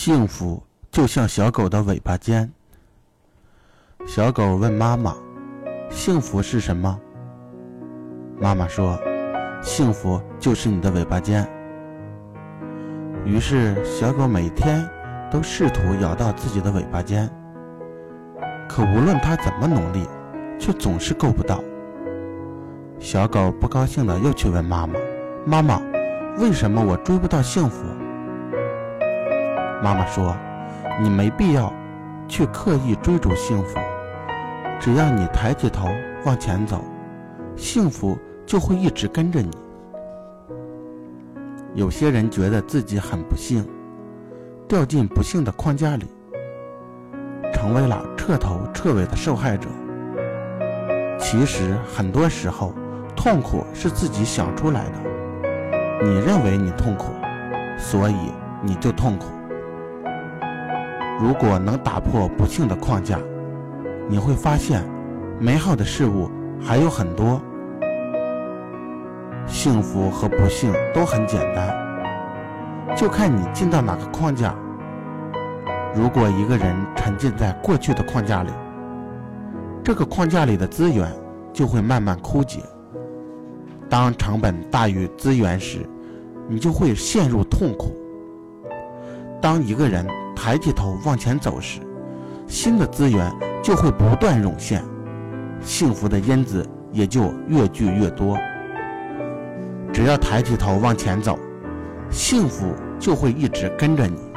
幸福就像小狗的尾巴尖。小狗问妈妈：幸福是什么？妈妈说：幸福就是你的尾巴尖。于是小狗每天都试图咬到自己的尾巴尖，可无论它怎么努力，却总是够不到。小狗不高兴地又去问妈妈：妈妈，为什么我追不到幸福？妈妈说：你没必要去刻意追逐幸福，只要你抬起头往前走，幸福就会一直跟着你。有些人觉得自己很不幸，掉进不幸的框架里，成为了彻头彻尾的受害者。其实很多时候，痛苦是自己想出来的。你认为你痛苦，所以你就痛苦。如果能打破不幸的框架，你会发现美好的事物还有很多。幸福和不幸都很简单，就看你进到哪个框架。如果一个人沉浸在过去的框架里，这个框架里的资源就会慢慢枯竭。当成本大于资源时，你就会陷入痛苦。当一个人抬起头往前走时，新的资源就会不断涌现，幸福的因子也就越聚越多。只要抬起头往前走，幸福就会一直跟着你。